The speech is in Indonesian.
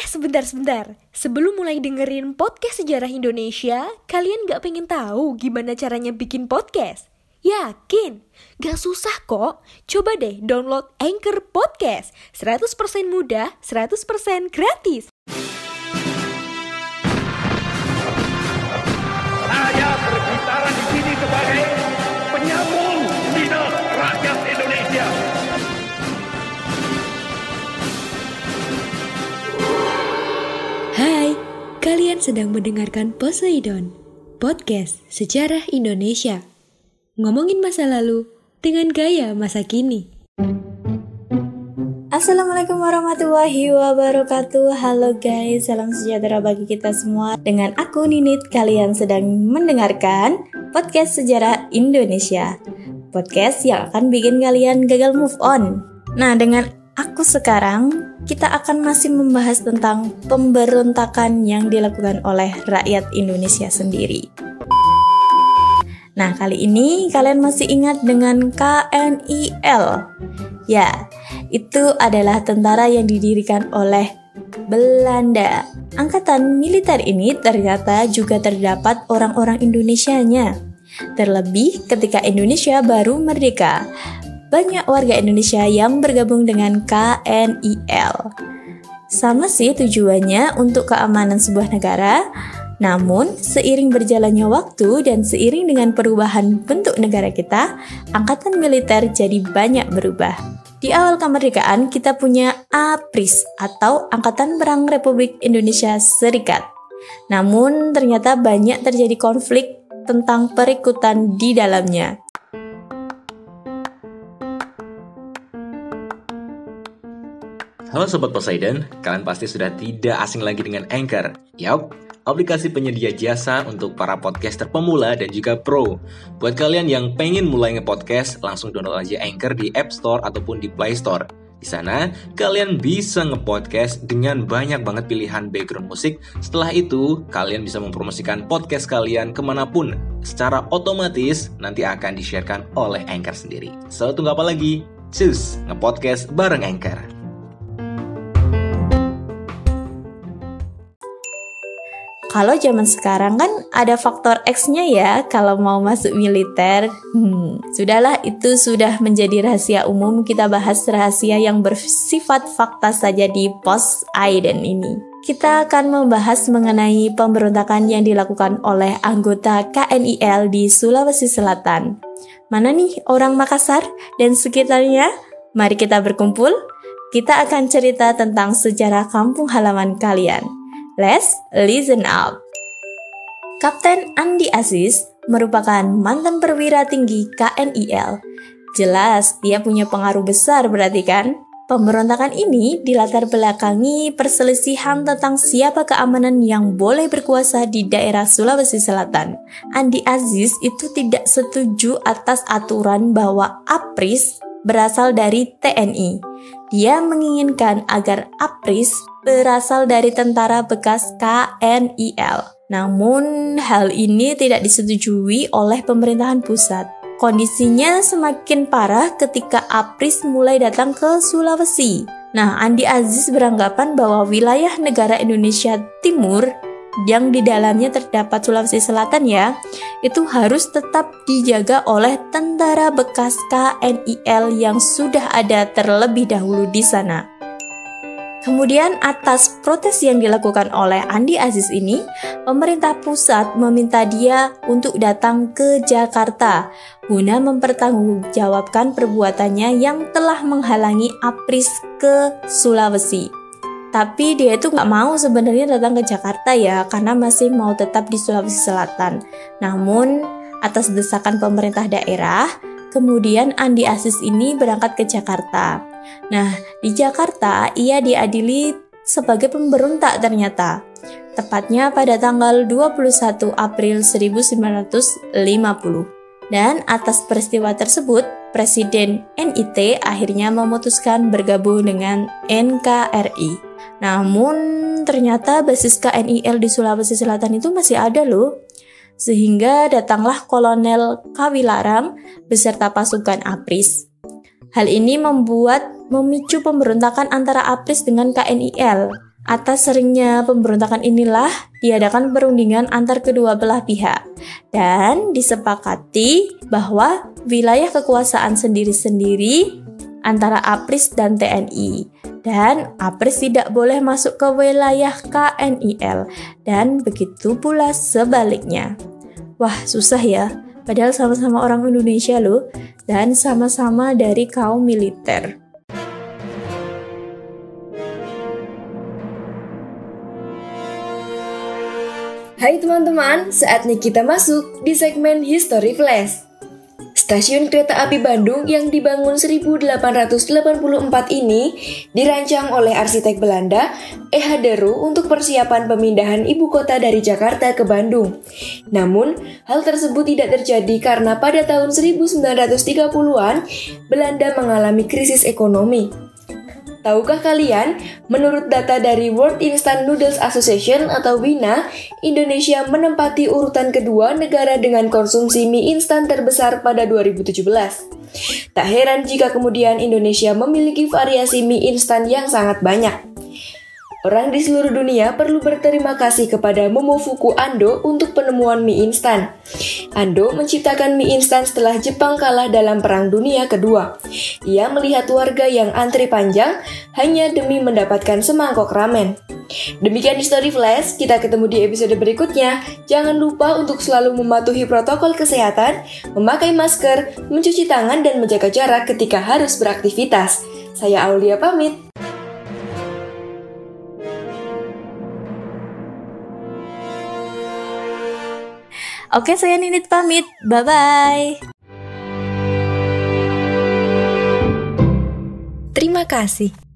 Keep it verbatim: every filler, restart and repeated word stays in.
sebentar-sebentar. Sebelum mulai dengerin podcast sejarah Indonesia, kalian gak pengen tahu gimana caranya bikin podcast? Yakin? Gak susah kok. Coba deh download Anchor Podcast. seratus persen mudah, seratus persen gratis. Saya berbicara di sini sebagai penyambung lidah rakyat Indonesia. Hai, kalian sedang mendengarkan Poseidon, podcast sejarah Indonesia. Ngomongin masa lalu dengan gaya masa kini. Assalamualaikum warahmatullahi wabarakatuh. Halo guys, salam sejahtera bagi kita semua. Dengan aku Ninit, kalian sedang mendengarkan podcast sejarah Indonesia, podcast yang akan bikin kalian gagal move on. Nah, dengan aku sekarang, kita akan masih membahas tentang pemberontakan yang dilakukan oleh rakyat Indonesia sendiri. Nah, kali ini kalian masih ingat dengan K N I L? Ya, itu adalah tentara yang didirikan oleh Belanda. Angkatan militer ini ternyata juga terdapat orang-orang Indonesianya. Terlebih ketika Indonesia baru merdeka, banyak warga Indonesia yang bergabung dengan K N I L. Sama sih tujuannya untuk keamanan sebuah negara. Namun, seiring berjalannya waktu dan seiring dengan perubahan bentuk negara kita, angkatan militer jadi banyak berubah. Di awal kemerdekaan, kita punya A P R I S atau Angkatan Perang Republik Indonesia Serikat. Namun, ternyata banyak terjadi konflik tentang perikutan di dalamnya. Halo Sobat Poseidon, kalian pasti sudah tidak asing lagi dengan Anchor. Yap, aplikasi penyedia jasa untuk para podcaster pemula dan juga pro. Buat kalian yang pengen mulai nge-podcast, langsung download aja Anchor di App Store ataupun di Play Store. Di sana, kalian bisa nge-podcast dengan banyak banget pilihan background musik. Setelah itu, kalian bisa mempromosikan podcast kalian kemanapun. Secara otomatis, nanti akan di-sharekan oleh Anchor sendiri. So, tunggu apa lagi? Cus, nge-podcast bareng Anchor. Kalau zaman sekarang kan ada faktor X-nya ya kalau mau masuk militer. Hmm, sudahlah, itu sudah menjadi rahasia umum. Kita bahas rahasia yang bersifat fakta saja di Poseidon ini. Kita akan membahas mengenai pemberontakan yang dilakukan oleh anggota K N I L di Sulawesi Selatan. Mana nih orang Makassar dan sekitarnya? Mari kita berkumpul. Kita akan cerita tentang sejarah kampung halaman kalian. Let's listen up. Kapten Andi Aziz merupakan mantan perwira tinggi K N I L. Jelas dia punya pengaruh besar berarti kan? Pemberontakan ini dilatar belakangi perselisihan tentang siapa keamanan yang boleh berkuasa di daerah Sulawesi Selatan. Andi Aziz itu tidak setuju atas aturan bahwa A P R I S berasal dari T N I. Dia menginginkan agar A P R I S berasal dari tentara bekas K N I L. Namun, hal ini tidak disetujui oleh pemerintahan pusat. Kondisinya semakin parah ketika A P R I S mulai datang ke Sulawesi. Nah, Andi Aziz beranggapan bahwa wilayah negara Indonesia Timur yang di dalamnya terdapat Sulawesi Selatan ya, itu harus tetap dijaga oleh tentara bekas K N I L yang sudah ada terlebih dahulu di sana. Kemudian atas protes yang dilakukan oleh Andi Aziz ini, pemerintah pusat meminta dia untuk datang ke Jakarta guna mempertanggungjawabkan perbuatannya yang telah menghalangi A P R I S ke Sulawesi. Tapi dia itu nggak mau sebenarnya datang ke Jakarta ya, karena masih mau tetap di Sulawesi Selatan. Namun, atas desakan pemerintah daerah, kemudian Andi Aziz ini berangkat ke Jakarta. Nah, di Jakarta ia diadili sebagai pemberontak ternyata. Tepatnya pada tanggal dua puluh satu April seribu sembilan ratus lima puluh. Dan atas peristiwa tersebut, Presiden N I T akhirnya memutuskan bergabung dengan N K R I. Namun, ternyata basis K N I L di Sulawesi Selatan itu masih ada loh. Sehingga datanglah Kolonel Kawilaram beserta pasukan A P R I S. Hal ini membuat memicu pemberontakan antara A P R I S dengan K N I L. Atas seringnya pemberontakan inilah diadakan perundingan antar kedua belah pihak dan disepakati bahwa wilayah kekuasaan sendiri-sendiri antara APRIS dan T N I, dan APRIS tidak boleh masuk ke wilayah K N I L, dan begitu pula sebaliknya. Wah, susah ya, padahal sama-sama orang Indonesia loh, dan sama-sama dari kaum militer. Hai teman-teman, saatnya kita masuk di segmen History Flash. Stasiun kereta api Bandung yang dibangun seribu delapan ratus delapan puluh empat ini dirancang oleh arsitek Belanda E H de Roo untuk persiapan pemindahan ibu kota dari Jakarta ke Bandung. Namun, hal tersebut tidak terjadi karena pada tahun seribu sembilan ratus tiga puluhan Belanda mengalami krisis ekonomi. Tahukah kalian, menurut data dari World Instant Noodles Association atau W I N A, Indonesia menempati urutan kedua negara dengan konsumsi mie instan terbesar pada dua ribu tujuh belas. Tak heran jika kemudian Indonesia memiliki variasi mie instan yang sangat banyak. Orang di seluruh dunia perlu berterima kasih kepada Momofuku Ando untuk penemuan mie instan. Ando menciptakan mie instan setelah Jepang kalah dalam Perang Dunia Kedua. Ia melihat warga yang antri panjang hanya demi mendapatkan semangkok ramen. Demikian History Flash, kita ketemu di episode berikutnya. Jangan lupa untuk selalu mematuhi protokol kesehatan, memakai masker, mencuci tangan, dan menjaga jarak ketika harus beraktivitas. Saya Aulia pamit. Oke, saya Ninit pamit. Bye-bye. Terima kasih.